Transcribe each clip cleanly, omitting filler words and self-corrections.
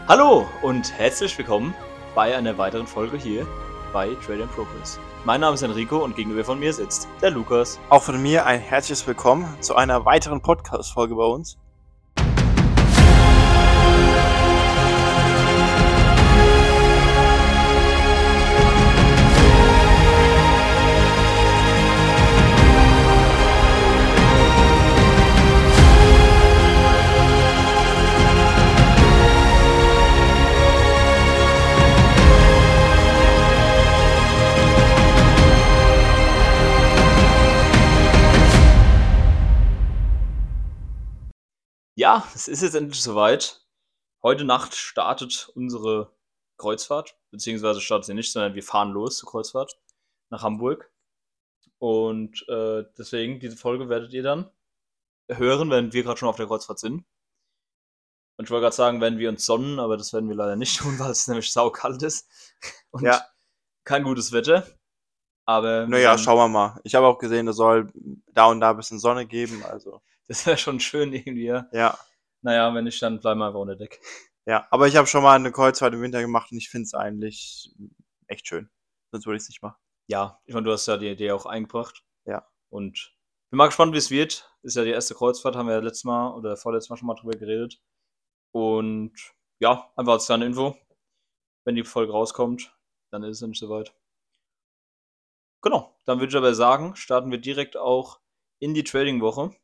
Hallo und herzlich willkommen bei einer weiteren Folge hier bei Trade Progress. Mein Name ist Enrico und gegenüber von mir sitzt der Lukas. Auch von mir ein herzliches Willkommen zu einer weiteren Podcast-Folge bei uns. Ja, es ist jetzt endlich soweit. Heute Nacht startet unsere Kreuzfahrt, beziehungsweise startet sie nicht, sondern wir fahren los zur Kreuzfahrt nach Hamburg. Und deswegen, diese Folge werdet ihr dann hören, wenn wir gerade schon auf der Kreuzfahrt sind. Und ich wollte gerade sagen, wenn wir uns sonnen, aber das werden wir leider nicht tun, weil es nämlich saukalt ist und Ja. kein gutes Wetter. Aber Naja, schauen wir mal. Ich habe auch gesehen, es soll da und da ein bisschen Sonne geben, also. das wäre schon schön irgendwie. Ja. Naja, wenn nicht, dann bleiben wir einfach unter Deck. Ja, aber ich habe schon mal eine Kreuzfahrt im Winter gemacht und ich finde es eigentlich echt schön. Sonst würde ich es nicht machen. Ja, ich meine, du hast ja die Idee auch eingebracht. Ja. Und bin mal gespannt, wie es wird. Ist ja die erste Kreuzfahrt, haben wir ja letztes Mal oder vorletztes Mal schon mal drüber geredet. Und ja, einfach als kleine Info. Wenn die Folge rauskommt, dann ist es nicht soweit. Genau, dann würde ich aber sagen, starten wir direkt auch in die Trading-Woche.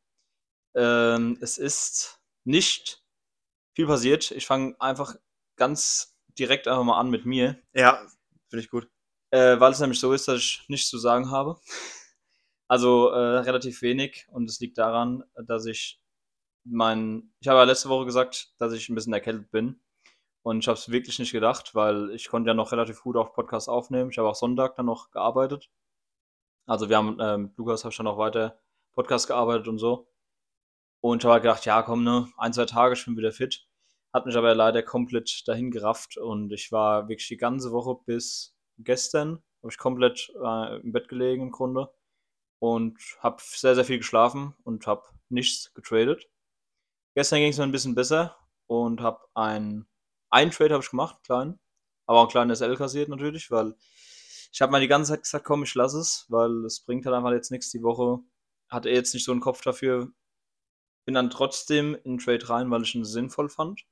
Es ist nicht viel passiert. Ich fange einfach ganz direkt einfach mal an mit mir. Ja, finde ich gut. Weil es nämlich so ist, dass ich nichts zu sagen habe. Also relativ wenig. Und es liegt daran, dass ich habe ja letzte Woche gesagt, dass ich ein bisschen erkältet bin. Und ich habe es wirklich nicht gedacht, weil ich konnte ja noch relativ gut auch Podcast aufnehmen. Ich habe auch Sonntag dann noch gearbeitet. Also wir haben, mit Lukas habe ich dann noch weiter Podcast gearbeitet und so. Und ich habe halt gedacht, ja komm, ne, 1, 2 Tage, ich bin wieder fit. Hat mich aber leider komplett dahin gerafft und ich war wirklich die ganze Woche bis gestern, habe ich komplett im Bett gelegen im Grunde und habe sehr, sehr viel geschlafen und habe nichts getradet. Gestern ging es mir ein bisschen besser und habe einen Trade habe ich gemacht, kleinen, aber auch einen kleinen SL kassiert natürlich, weil ich habe mal die ganze Zeit gesagt, komm, ich lasse es, weil es bringt halt einfach jetzt nichts die Woche. Hatte jetzt nicht so einen Kopf dafür. Bin dann trotzdem in den Trade rein, weil ich ihn sinnvoll fand.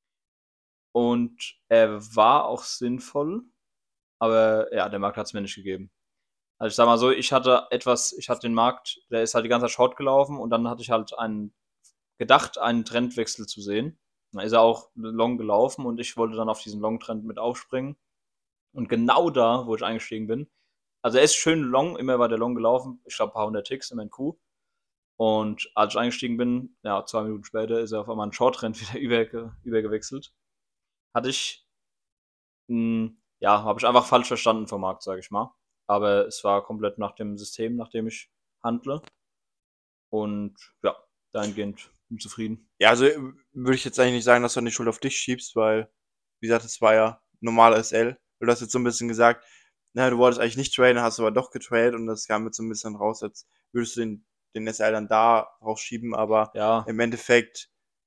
Und er war auch sinnvoll, aber ja, der Markt hat es mir nicht gegeben. Also ich sag mal so, ich hatte den Markt, der ist halt die ganze Zeit Short gelaufen und dann hatte ich halt gedacht, einen Trendwechsel zu sehen. Dann ist er auch Long gelaufen und ich wollte dann auf diesen Long-Trend mit aufspringen. Und genau da, wo ich eingestiegen bin, also er ist schön Long, immer war der Long gelaufen, ich glaube ein paar hundert Ticks im NQ. Und als ich eingestiegen bin, ja, 2 Minuten später ist er auf einmal ein Short-Trend wieder übergewechselt. Hatte ich, ja, habe ich einfach falsch verstanden vom Markt, sage ich mal. Aber es war komplett nach dem System, nach dem ich handle. Und ja, dahingehend bin ich zufrieden. Ja, also würde ich jetzt eigentlich nicht sagen, dass du die Schuld auf dich schiebst, weil, wie gesagt, es war ja normale SL. Du hast jetzt so ein bisschen gesagt, na, du wolltest eigentlich nicht traden, hast aber doch getradet und das kam jetzt so ein bisschen raus, als würdest du den SL dann da rausschieben, aber Ja, im Endeffekt,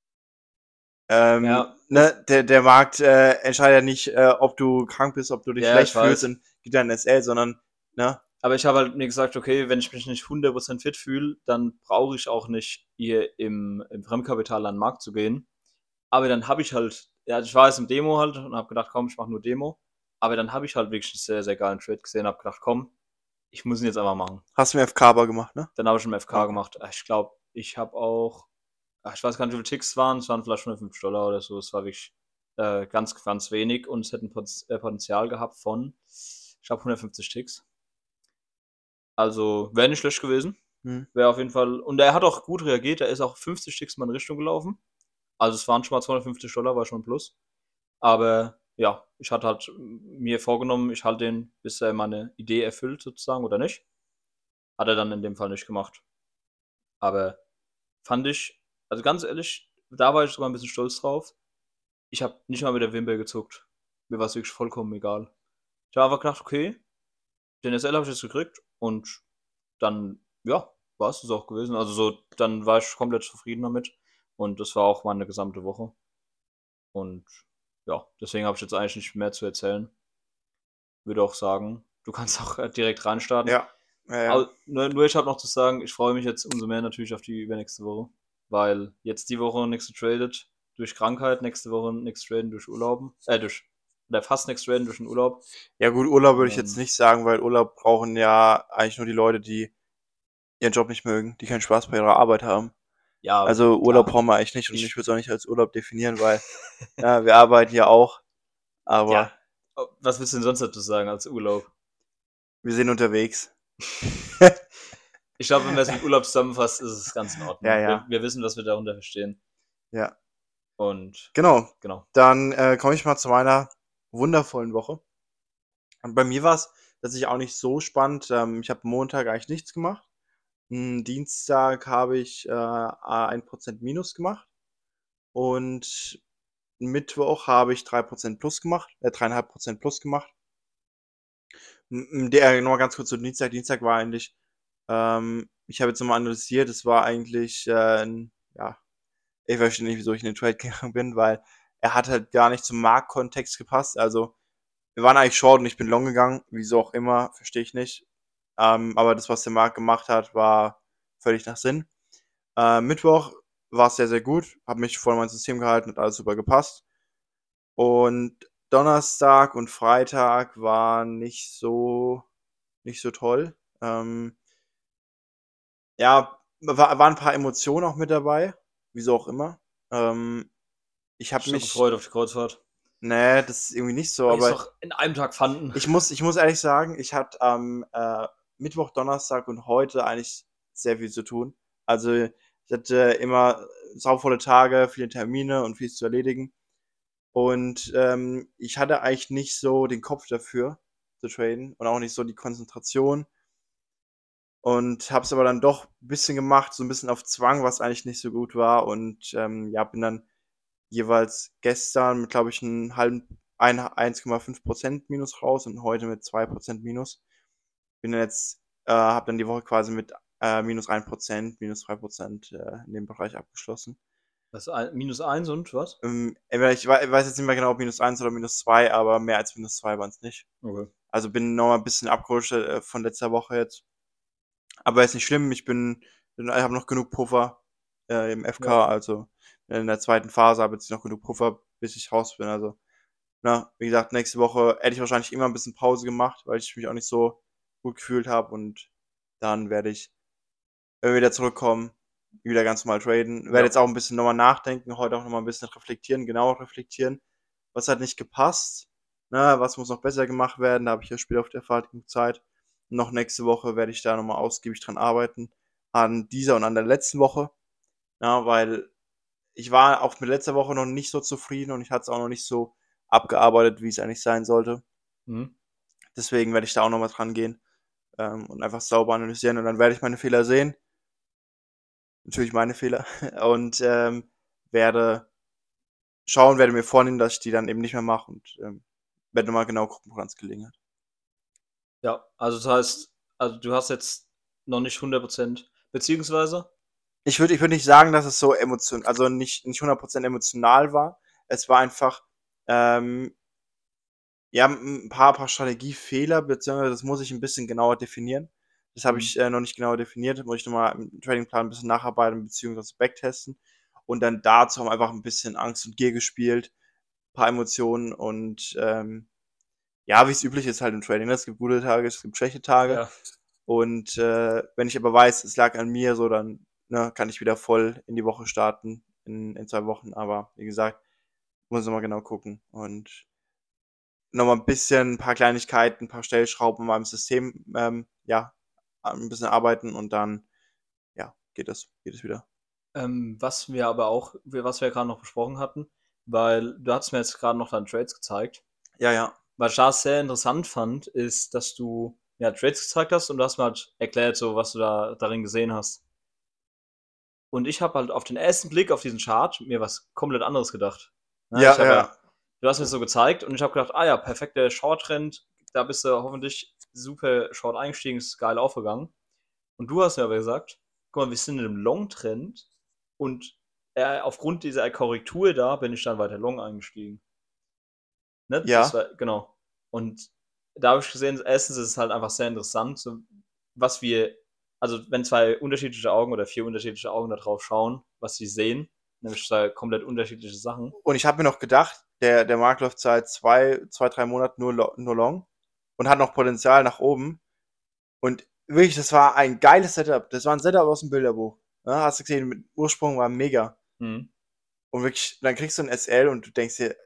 ja, der Markt entscheidet ja nicht, ob du krank bist, ob du dich ja, schlecht ich weiß. fühlst und gibt dann ein SL, sondern, ne? Aber ich habe halt mir gesagt, okay, wenn ich mich nicht 100% fit fühle, dann brauche ich auch nicht hier im Fremdkapital an den Markt zu gehen. Aber dann habe ich halt, ja, ich war jetzt im Demo halt und habe gedacht, komm, ich mache nur Demo. Aber dann habe ich halt wirklich einen sehr, sehr geilen Trade gesehen und habe gedacht, komm, ich muss ihn jetzt einfach machen. Hast du mir FK gemacht, ne? Dann habe ich einen FK Okay. gemacht. Ich glaube, ich habe auch, ich weiß gar nicht, wie viele Ticks es waren vielleicht nur $5 oder so. Es war wirklich ganz, ganz wenig und es hätte ein Potenzial gehabt von, ich glaube, 150 Ticks. Also wäre nicht schlecht gewesen. Hm. Wäre auf jeden Fall. Und er hat auch gut reagiert. Er ist auch 50 Ticks mal in Richtung gelaufen. Also es waren schon mal $250, war schon ein Plus. Aber ja, ich hatte halt mir vorgenommen, ich halte den, bis er meine Idee erfüllt, sozusagen, oder nicht. Hat er dann in dem Fall nicht gemacht. Aber fand ich, also ganz ehrlich, da war ich sogar ein bisschen stolz drauf. Ich habe nicht mal mit der Wimper gezuckt. Mir war es wirklich vollkommen egal. Ich habe einfach gedacht, okay, den SL habe ich jetzt gekriegt und dann, ja, war es das auch gewesen. Also so, dann war ich komplett zufrieden damit und das war auch meine gesamte Woche. Und ja, deswegen habe ich jetzt eigentlich nicht mehr zu erzählen. Würde auch sagen, du kannst auch direkt reinstarten. Ja, ja, ja. Nur ich habe noch zu sagen, ich freue mich jetzt umso mehr natürlich auf die übernächste Woche, weil jetzt die Woche nichts getradet durch Krankheit, nächste Woche nichts traden durch Urlauben, oder fast nichts traden durch den Urlaub. Ja gut, Urlaub würde ich jetzt Und nicht sagen, weil Urlaub brauchen ja eigentlich nur die Leute, die ihren Job nicht mögen, die keinen Spaß bei ihrer Arbeit haben. ja, Also Urlaub klar, brauchen wir eigentlich nicht und ich ich, würde es auch nicht als Urlaub definieren, weil ja, wir arbeiten ja auch, ja, aber was willst du denn sonst dazu sagen als Urlaub? wir sind unterwegs. Ich glaube, wenn man es mit Urlaub zusammenfasst, ist es ganz in Ja, Ordnung. Wir, ja, wir wissen, was wir darunter verstehen. ja. Und Genau. genau. Dann komme ich mal zu meiner wundervollen Woche. Und bei mir war es tatsächlich auch nicht so spannend. Ich habe Montag eigentlich nichts gemacht. Dienstag habe ich 1% Minus gemacht. Und Mittwoch habe ich 3% plus gemacht, 3,5% plus gemacht. Nochmal ganz kurz zu Dienstag. Dienstag war eigentlich, ich habe jetzt nochmal analysiert, es war eigentlich, ja, ich verstehe nicht, wieso ich in den Trade gegangen bin, weil er hat halt gar nicht zum Marktkontext gepasst. Also, wir waren eigentlich short und ich bin long gegangen, wieso auch immer, verstehe ich nicht. Aber das, was der Markt gemacht hat, war völlig nach Sinn. Mittwoch war es sehr, sehr gut, habe mich voll an mein System gehalten, hat alles super gepasst. Und Donnerstag und Freitag waren nicht so toll. Ja, waren ein paar Emotionen auch mit dabei, wieso auch immer. Ich Ich habe bin doch mich gefreut auf die Kreuzfahrt. ne, das ist irgendwie nicht so, Weil ich es aber doch in einem Tag fanden. ich muss ehrlich sagen, ich hatte am, Mittwoch, Donnerstag und heute eigentlich sehr viel zu tun. Also, ich hatte immer sauvolle Tage, viele Termine und vieles zu erledigen. Und, ich hatte eigentlich nicht so den Kopf dafür zu traden und auch nicht so die Konzentration und habe es aber dann doch 'n bisschen gemacht, so 'n bisschen auf Zwang, was eigentlich nicht so gut war und, ja, bin dann jeweils gestern mit, glaube ich, 'n halben 1,5% Minus raus und heute mit 2% Minus. Bin dann jetzt habe dann die Woche quasi mit, -1%, -2%, in dem Bereich abgeschlossen. Das -1 und was? Entweder ich weiß jetzt nicht mehr genau, ob -1 oder -2, aber mehr als -2 waren's nicht. Okay. Also, bin noch mal 'n bisschen abgerutscht, von letzter Woche jetzt. Aber ist nicht schlimm, ich habe noch genug Puffer, im Ja. FK, also in der zweiten Phase habe jetzt noch genug Puffer, bis ich raus bin. Also, ne, wie gesagt, nächste Woche hätte ich wahrscheinlich immer 'n bisschen Pause gemacht, weil ich mich auch nicht so gut gefühlt habe und dann werde ich, wenn wir wieder zurückkommen, wieder ganz normal traden. Werde Ja. jetzt auch 'n bisschen noch mal nachdenken, heute auch noch mal 'n bisschen reflektieren, genauer reflektieren. Was hat nicht gepasst, ne? Was muss noch besser gemacht werden? Da habe ich ja später auf der Fahrt genug Zeit. Noch nächste Woche werde ich da noch mal ausgiebig dran arbeiten, an dieser und an der letzten Woche, ja, weil ich war auch mit letzter Woche noch nicht so zufrieden und ich hatte es auch noch nicht so abgearbeitet, wie es eigentlich sein sollte. Mhm. Deswegen werde ich da auch noch mal drangehen, und einfach sauber analysieren und dann werde ich meine Fehler sehen, natürlich meine Fehler und, werde mir vornehmen, dass ich die dann eben nicht mehr mache und, werde noch mal genau gucken, woran's gelegen hat. Ja, also das heißt, also du hast jetzt noch nicht 100%, beziehungsweise Ich würde nicht sagen, dass es so also nicht 100% emotional war. Es war einfach, ähm, ja, 'n paar Strategiefehler, beziehungsweise das muss ich 'n bisschen genauer definieren. Das habe mhm, ich, noch nicht genauer definiert. Da muss ich noch mal im Tradingplan 'n bisschen nacharbeiten beziehungsweise backtesten. Und dann dazu haben wir einfach 'n bisschen Angst und Gier gespielt, paar Emotionen und, ja, wie's üblich ist halt im Trading, ne? Es gibt gute Tage, es gibt schlechte Tage. ja. Und, wenn ich aber weiß, es lag an mir, so dann, ne, kann ich wieder voll in die Woche starten in 2 Wochen. Aber wie gesagt, muss ich noch mal genau gucken und noch mal 'n bisschen 'n paar Kleinigkeiten, 'n paar Stellschrauben an meinem System, ja, 'n bisschen arbeiten und dann, ja, geht es wieder. Was wir grade noch besprochen hatten, weil du hattest mir jetzt grade noch deine Trades gezeigt. Ja, ja. Was ich da sehr interessant fand, ist, dass du, ja, Trades gezeigt hast und du hast mir halt erklärt, so was du da darin gesehen hast. Und ich habe halt auf den ersten Blick auf diesen Chart mir was komplett anderes gedacht. Ne, Ja, ich habe ja. ja du hast mir's so gezeigt und ich habe gedacht: „Ah ja, perfekter Short-Trend, da bist du hoffentlich super short eingestiegen, ist geil aufgegangen.“ Und du hast mir aber gesagt: „Guck mal, wir sind in 'nem Long-Trend und, aufgrund dieser Korrektur da bin ich dann weiter long eingestiegen.“ Ne? Das Ja. war, genau. Und da habe ich gesehen, erstens ist es halt einfach sehr interessant, so, was wir, also wenn zwei unterschiedliche Augen oder vier unterschiedliche Augen da drauf schauen, was sie sehen, nämlich zwei komplett unterschiedliche Sachen. Und ich habe mir noch gedacht, der Markt läuft seit 3 Monaten nur long und hat noch Potenzial nach oben. Und wirklich, das war ein geiles Setup. Das war ein Setup aus dem Bilderbuch. Ja, hast du gesehen, mit Ursprung war mega. Mhm. Und wirklich, dann kriegst du ein SL und du denkst dir,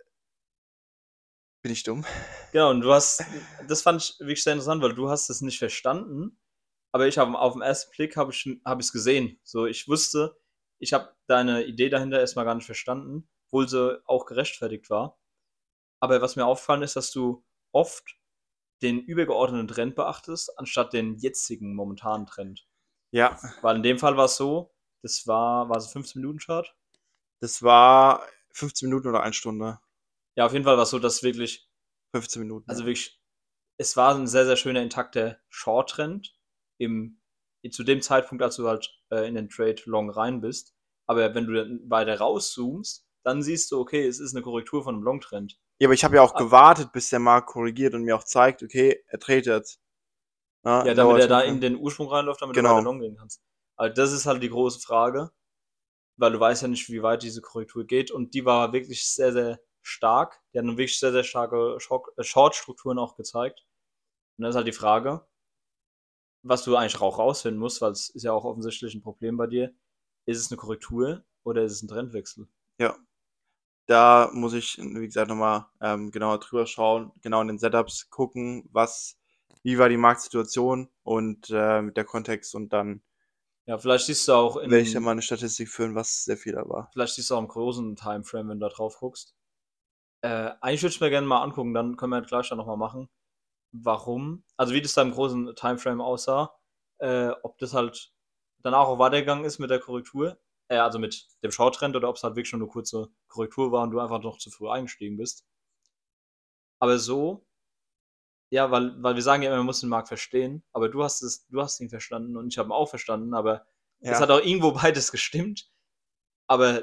bin ich dumm? Genau, und das fand ich wirklich sehr interessant, weil du hast es nicht verstanden, aber ich habe auf den ersten Blick habe ich es gesehen. So, ich wusste, ich habe deine Idee dahinter erstmal gar nicht verstanden, obwohl sie auch gerechtfertigt war. Aber was mir aufgefallen ist, dass du oft den übergeordneten Trend beachtest, anstatt den jetzigen momentanen Trend. Ja, Weil in dem Fall war es so, war es 15-Minuten-Chart? das war 15 Minuten oder 1 Stunde. Ja, auf jeden Fall war es so, dass wirklich, 15 Minuten, also ja. wirklich, es war ein sehr, sehr schöner, intakter Short-Trend im, zu dem Zeitpunkt, als du halt in den Trade Long rein bist. Aber wenn du dann weiter rauszoomst, dann siehst du, okay, es ist eine Korrektur von einem Long-Trend. Ja, aber ich habe ja auch Ah, gewartet, bis der Markt korrigiert und mir auch zeigt, okay, er tretet. Ja, ja, damit dauert er da fünf in Minuten. den Ursprung reinläuft, damit du weiter Genau. long gehen kannst. Aber das ist halt die große Frage, weil du weißt ja nicht, wie weit diese Korrektur geht. Und die war wirklich sehr, sehr stark. Die hat wirklich sehr, sehr starke Short-Strukturen auch gezeigt. Und dann ist halt die Frage, was du eigentlich auch rausfinden musst, weil es ist ja auch offensichtlich ein Problem bei dir. Ist es eine Korrektur oder ist es ein Trendwechsel? Ja. Da muss ich, wie gesagt, nochmal genauer drüber schauen, genau in den Setups gucken, wie war die Marktsituation und mit der Kontext und dann Ja, vielleicht siehst du auch werde ich da mal eine Statistik führen, was der Fehler war. vielleicht siehst du auch im großen Timeframe, wenn du da drauf guckst. Eigentlich würde ich mir gerne mal angucken, dann können wir halt gleich dann nochmal machen, warum, also wie das da im großen Timeframe aussah, ob das halt danach auch weitergegangen ist mit der Korrektur, also mit dem Short-Trend oder ob es halt wirklich schon eine kurze Korrektur war und du einfach noch zu früh eingestiegen bist. Aber so, ja, weil wir sagen ja immer, man muss den Markt verstehen, aber du hast ihn verstanden und ich habe ihn auch verstanden, aber es hat Ja. auch irgendwo beides gestimmt, aber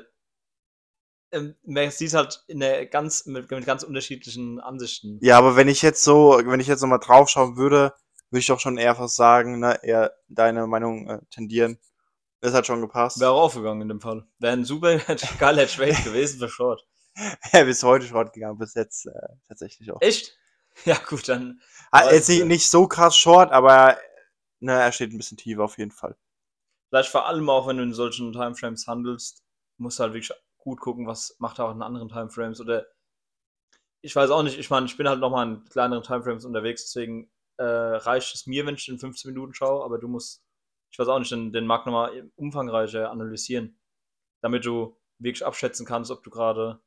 man sieht halt mit ganz unterschiedlichen Ansichten. Ja, aber wenn ich jetzt nochmal drauf schauen würde, würde ich doch schon eher fast sagen, ne, eher deine Meinung tendieren. Das hat schon Wäre gepasst. auch aufgegangen in dem Fall. Wäre ein super geiler Trade gewesen für Short. Bis heute Short gegangen, bis jetzt tatsächlich auch. Echt? Ja, gut, dann weiß Jetzt es ja. nicht so krass Short, aber ne, er steht ein bisschen tiefer auf jeden Fall. Vielleicht vor allem auch, wenn du in solchen Timeframes handelst, musst du halt wirklich gut gucken, was macht er auch in anderen Timeframes. Oder ich weiß auch nicht, ich meine, ich bin halt nochmal in kleineren Timeframes unterwegs, deswegen reicht es mir, wenn ich in 15 Minuten schaue, aber du musst, ich weiß auch nicht, den Markt nochmal umfangreicher analysieren, damit du wirklich abschätzen kannst, ob du gerade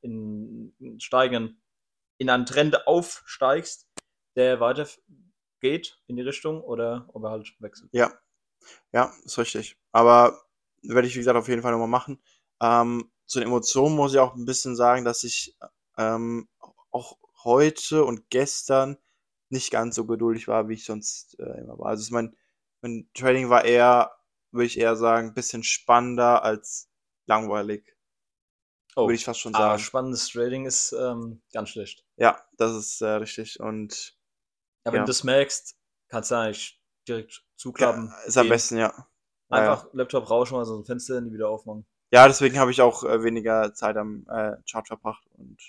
in einen Trend aufsteigst, der weiter geht in die Richtung oder ob er halt wechselt. Ja, ja, ist richtig. Aber werde ich, wie gesagt, auf jeden Fall nochmal machen. Zu den Emotionen muss ich auch ein bisschen sagen, dass ich auch heute und gestern nicht ganz so geduldig war, wie ich sonst immer war. Also mein Trading war eher, würde ich eher sagen, ein bisschen spannender als langweilig, würde Oh, ich fast schon aber sagen. spannendes Trading ist ganz schlecht. Ja, das ist richtig. Und Ja, wenn du ja, das merkst, kannst du eigentlich direkt zuklappen, ist am gehen. besten, ja. Ja, ja. Einfach Laptop rausschmeißen, so ein Fenster nie wieder aufmachen. Ja, deswegen habe ich auch weniger Zeit am Chart verbracht und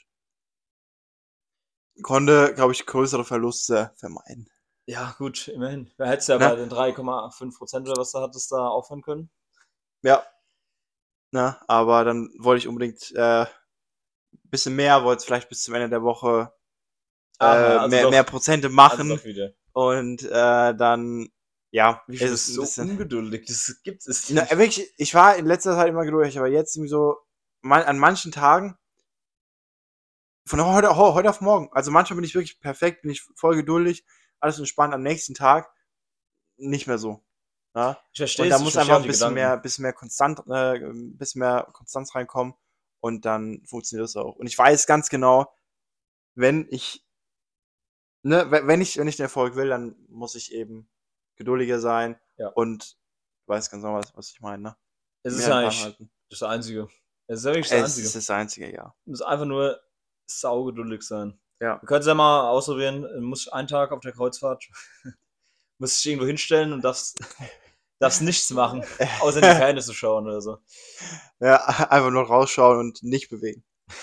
konnte, glaube ich, größere Verluste vermeiden. Ja, gut, immerhin. Da hättest du ja Ne? bei den 3,5% oder was du hattest, da aufhören können. Ja, ne? Aber dann wollte ich unbedingt bisschen mehr, wollte es vielleicht bis zum Ende der Woche Aha, mehr Prozente also machen doch wieder. und dann, ja, Wie, du ist es bist ein so bisschen. ungeduldig, das gibt es Na, nicht. wirklich, ich war in letzter Zeit immer geduldig, aber jetzt irgendwie so an manchen Tagen von heute auf morgen. Also manchmal bin ich wirklich perfekt, bin ich voll geduldig, alles entspannt. Am nächsten Tag nicht mehr so. Ja? Ich Und verstehe da es, ich muss verstehe einfach auch die Gedanken. ein bisschen mehr Konstanz reinkommen und dann funktioniert das auch. Und ich weiß ganz genau, wenn ich, ne, wenn ich den Erfolg will, dann muss ich eben geduldiger sein Ja. und du weißt ganz genau, was ich meine, ne? Es ist Mehr ja dran eigentlich halten. das Einzige. Es ist ja wirklich das Es ist Einzige. das Einzige, ja. Du musst einfach nur saugeduldig sein. Ja. Wir können es ja mal ausprobieren. Du musst einen Tag auf der Kreuzfahrt, musst dich irgendwo hinstellen und darfst nichts machen, außer in die Ferne zu schauen oder so. Ja, einfach nur rausschauen und nicht bewegen.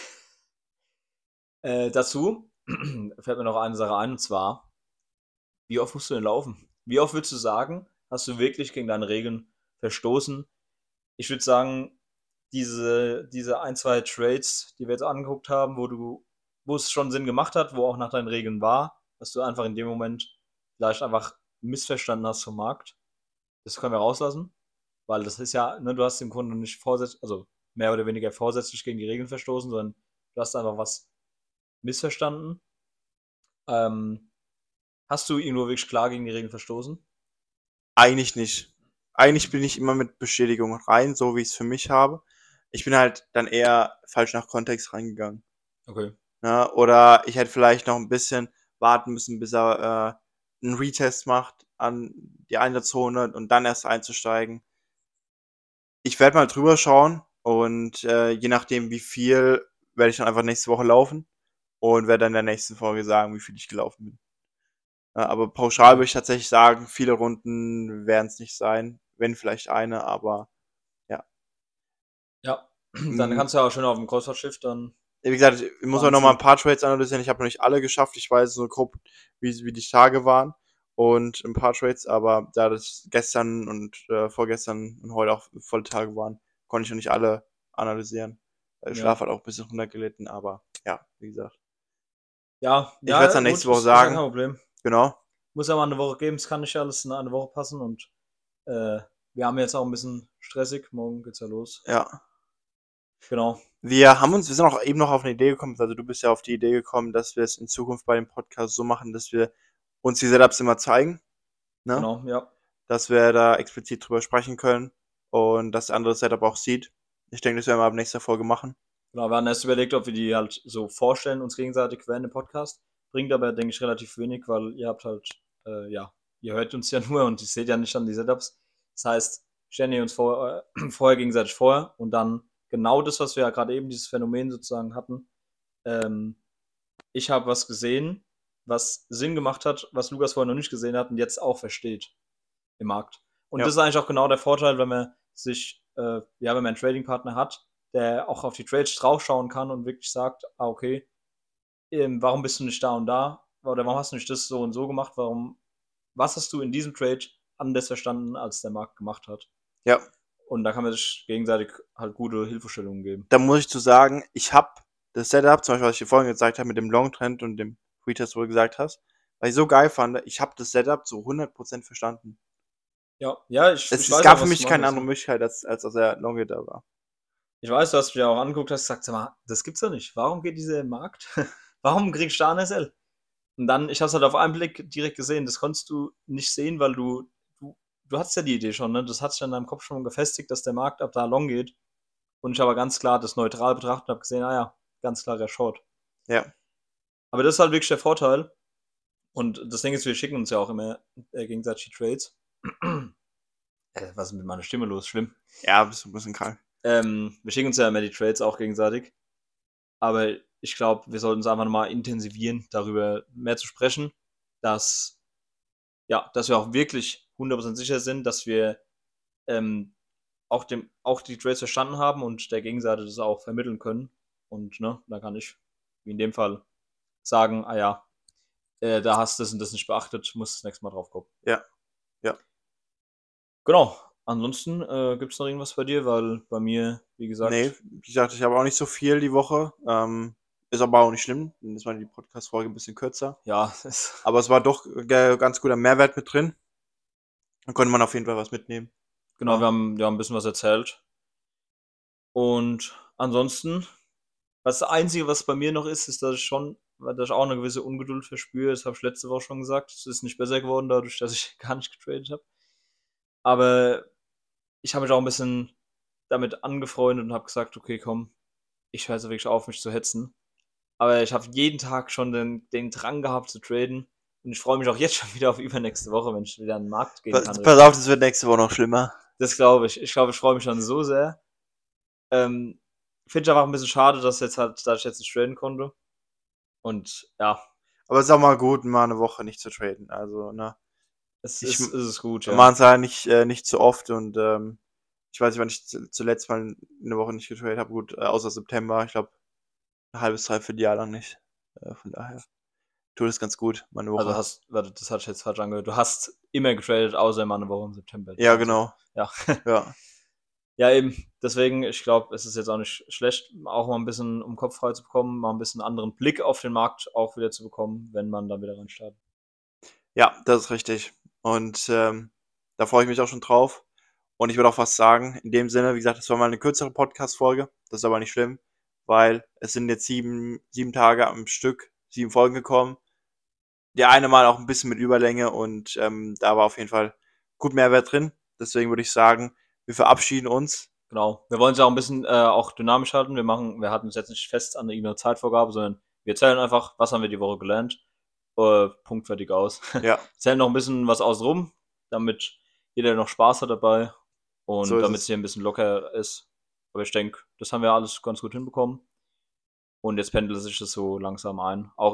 Dazu fällt mir noch eine Sache ein, und zwar, wie oft musst du denn laufen? Wie oft würdest du sagen, hast du wirklich gegen deine Regeln verstoßen? Ich würde sagen, diese ein, 2 Trades, die wir jetzt angeguckt haben, wo es schon Sinn gemacht hat, wo auch nach deinen Regeln war, dass du einfach in dem Moment vielleicht einfach missverstanden hast vom Markt. Das können wir rauslassen, weil das ist ja, ne, du hast im Grunde nicht vorsätzlich, also mehr oder weniger vorsätzlich gegen die Regeln verstoßen, sondern du hast einfach was missverstanden. Ähm, Hast du irgendwo wirklich klar gegen die Regeln verstoßen? Eigentlich nicht. Eigentlich bin ich immer mit Bestätigung rein, so wie ich es für mich habe. Ich bin halt dann eher falsch nach Kontext reingegangen. Okay. Ne? Oder ich hätte vielleicht noch ein bisschen warten müssen, bis er 'n Retest macht an die Einsatzzone und dann erst einzusteigen. Ich werde mal drüber schauen und, je nachdem, wie viel, werde ich dann einfach nächste Woche laufen und werde dann in der nächsten Folge sagen, wie viel ich gelaufen bin. Ja, aber pauschal Okay. würde ich tatsächlich sagen, viele Runden werden es nicht sein, wenn vielleicht eine, aber ja. Ja, dann Hm, kannst du ja auch schön auf dem Kreuzfahrtschiff dann wie gesagt, ich muss auch noch mal 'n Wahnsinn. paar Trades analysieren. Ich habe noch nicht alle geschafft. Ich weiß so grob, wie die Tage waren und ein paar Trades, aber da das gestern und, vorgestern und heute auch volle Tage waren, konnte ich noch nicht alle analysieren. Der Schlaf Ja. hat auch 'n bisschen runtergelitten, aber ja, wie gesagt. Ja, Ich werde es ja, dann nächste gut, Woche ist ja kein sagen. Problem. Genau. Muss ja mal eine Woche geben, es kann nicht alles in eine Woche passen und, äh, wir haben jetzt auch ein bisschen stressig, morgen geht's ja los. Ja. Genau, Wir sind auch eben noch auf eine Idee gekommen, also, du bist ja auf die Idee gekommen, dass wir es in Zukunft bei dem Podcast so machen, dass wir uns die Setups immer zeigen, ne? genau, ja. Dass wir da explizit drüber sprechen können und das andere Setup auch sieht. Ich denke, das werden wir ab nächster Folge machen. Genau, wir hatten erst überlegt, ob wir die halt so vorstellen, uns gegenseitig während dem Podcast. Bringt aber, denke ich, relativ wenig, weil ihr habt halt, ja, ihr hört uns ja nur und ihr seht ja nicht dann die Setups. Das heißt, stellen wir uns vorher gegenseitig vor und dann genau das, was wir ja gerade eben, dieses Phänomen sozusagen hatten. Ähm, Ich habe was gesehen, was Sinn gemacht hat, was Lukas vorher noch nicht gesehen hat und jetzt auch versteht im Markt. Und Ja, das ist eigentlich auch genau der Vorteil, wenn man sich, ja, wenn man einen Trading-Partner hat, der auch auf die Trades draufschauen kann und wirklich sagt, ah, okay, warum bist du nicht da und da? Oder warum hast du nicht das so und so gemacht? Was hast du in diesem Trade anders verstanden, als der Markt gemacht hat? ja. Und da kann man sich gegenseitig halt gute Hilfestellungen geben. Da muss ich zu sagen, ich habe das Setup, zum Beispiel, was ich dir vorhin gezeigt habe mit dem Long Trend und dem Retest, wo du gesagt hast, weil ich so geil fand, ich habe das Setup zu 100% verstanden. Ja, ja, Es ich es weiß gab auch, für was du mich keine meinst. andere Möglichkeit, als dass er Long da war. Ich weiß, du hast mich ja auch angeguckt, hast gesagt, sag mal, das gibt's doch nicht. Warum geht dieser Markt? Warum kriegst du da ein SL? Und dann, ich habe es halt auf einen Blick direkt gesehen, das konntest du nicht sehen, weil du hattest ja die Idee schon, ne? Das hat sich in deinem Kopf schon gefestigt, dass der Markt ab da long geht. Und ich habe ganz klar das neutral betrachtet und habe gesehen, ah ja, ganz klar der Short. Ja, Aber das ist halt wirklich der Vorteil. Und das Ding ist, wir schicken uns ja auch immer gegenseitig die Trades. Was ist mit meiner Stimme los? Schlimm. ja, bist du 'n bisschen krank. Wir schicken uns ja immer die Trades auch gegenseitig. Aber ich glaube, wir sollten es einfach nochmal intensivieren, darüber mehr zu sprechen, dass, ja, dass wir auch wirklich 100% sicher sind, dass wir ähm, auch die Trades verstanden haben und der Gegenseite das auch vermitteln können. Und ne, da kann ich, wie in dem Fall, sagen, ah ja, da hast du das und das nicht beachtet, musst das nächste Mal drauf gucken. Ja, ja. Genau. Ansonsten gibt es noch irgendwas bei dir, weil bei mir, wie Ne, gesagt, wie gesagt, ich habe auch nicht so viel die Woche, ist aber auch nicht schlimm, dann ist mal die Podcast-Folge 'n bisschen kürzer. ja, es Aber es war doch ganz guter Mehrwert mit drin. Da konnte man auf jeden Fall was mitnehmen, genau, ne? wir haben ein bisschen was erzählt. Und ansonsten, das Einzige, was bei mir noch ist, dass ich auch eine gewisse Ungeduld verspüre. Das habe ich letzte Woche schon gesagt. Es ist nicht besser geworden dadurch, dass ich gar nicht getradet habe. Aber ich habe mich auch ein bisschen damit angefreundet und habe gesagt: „Okay, komm, ich höre jetzt wirklich auf, mich zu hetzen.“ Aber ich habe jeden Tag schon den Drang gehabt zu traden und ich freue mich auch jetzt schon wieder auf übernächste Woche, wenn ich wieder an den Markt gehen kann Pass auf, richtig. das wird nächste Woche noch schlimmer. Das glaube ich. Ich glaube, ich freue mich schon so sehr. Ähm, Finde ich einfach ein bisschen schade, dass jetzt halt dass ich jetzt nicht traden konnte. Und ja, Aber es ist auch mal gut, mal eine Woche nicht zu traden. Also, ne? es Ich ist gut, Wir ja. machen es halt nicht so oft und ich weiß nicht, wann ich zuletzt mal eine Woche nicht getradet habe. Gut, außer September. Ich glaube, ein halbes, dreiviertel Jahr lang nicht. Von daher tut es ganz gut, mal eine Also Woche. warte, das hatte ich jetzt falsch angehört. Du hast immer getradet, außer immer eine Woche im September. Das Ja, meinst du? genau. Ja. Ja. Ja, eben. Deswegen, ich glaube, es ist jetzt auch nicht schlecht, auch mal ein bisschen um Kopf frei zu bekommen, mal ein bisschen anderen Blick auf den Markt auch wieder zu bekommen, wenn man dann wieder reinstartet. Ja, das ist richtig. Und da freue ich mich auch schon drauf. Und ich würde auch fast sagen, in dem Sinne, wie gesagt, das war mal eine kürzere Podcast-Folge. Das ist aber nicht schlimm, weil es sind jetzt sieben Tage am Stück, 7 Folgen gekommen. Der eine Mal auch ein bisschen mit Überlänge und da war auf jeden Fall gut Mehrwert drin. Deswegen würde ich sagen, wir verabschieden uns. Genau. Wir wollen es ja auch ein bisschen auch dynamisch halten. Wir hatten uns jetzt nicht fest an irgendeiner Zeitvorgabe, sondern wir erzählen einfach, was haben wir die Woche gelernt. Punkt, fertig, aus. Ja, Erzählen noch ein bisschen was außenrum, damit jeder noch Spaß hat dabei so und ist damit es es. hier ein bisschen locker ist. Aber ich denke, das haben wir alles ganz gut hinbekommen. Und jetzt pendelt sich das so langsam ein. Auch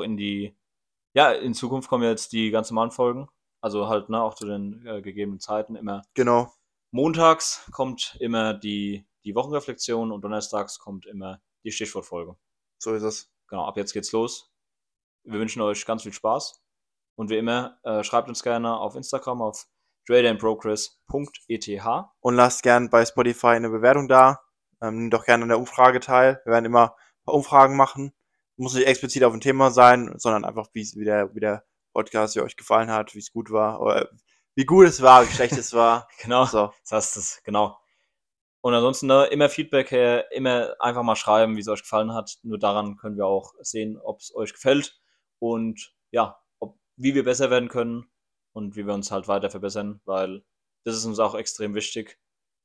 in Zukunft kommen jetzt die ganz normalen Folgen. Also halt, ne, auch zu den gegebenen Zeiten immer. Genau, Montags kommt immer die Wochenreflexion und donnerstags kommt immer die Stichwortfolge. so ist es. Genau, ab jetzt geht's los. Wir wünschen euch ganz viel Spaß. Und wie immer, schreibt uns gerne auf Instagram auf tradeandprogress.eth. Und lasst gern bei Spotify eine Bewertung da. Nehmt doch gerne an der Umfrage teil. Wir werden immer ein paar Umfragen machen. Muss nicht explizit auf ein Thema sein, sondern einfach, wie der Podcast euch gefallen hat, wie es gut war, oder wie gut es war, wie schlecht es war. Genau, So, das heißt es, genau. Und ansonsten ne, immer Feedback her, immer einfach mal schreiben, wie es euch gefallen hat. Nur daran können wir auch sehen, ob es euch gefällt und ja, wie wir besser werden können und wie wir uns halt weiter verbessern, weil das ist uns auch extrem wichtig.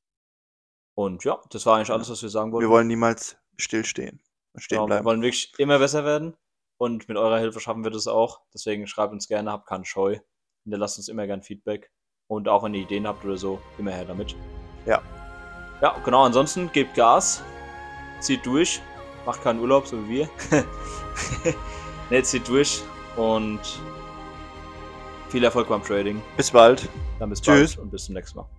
Und ja, das war eigentlich alles, genau. was wir sagen Wir wollten. wollen niemals stillstehen und stehen Genau, wir bleiben. wollen wirklich immer besser werden und mit eurer Hilfe schaffen wir das auch. Deswegen schreibt uns gerne, habt keine Scheu. Hinterlasst uns immer gern Feedback. Und auch wenn ihr Ideen habt oder so, immer her damit. Ja, Ja, genau, ansonsten gebt Gas, zieht durch, macht keinen Urlaub, so wie wir. Ne, zieht durch und viel Erfolg beim Trading. bis bald. Dann bis Tschüss. bald und bis zum nächsten Mal.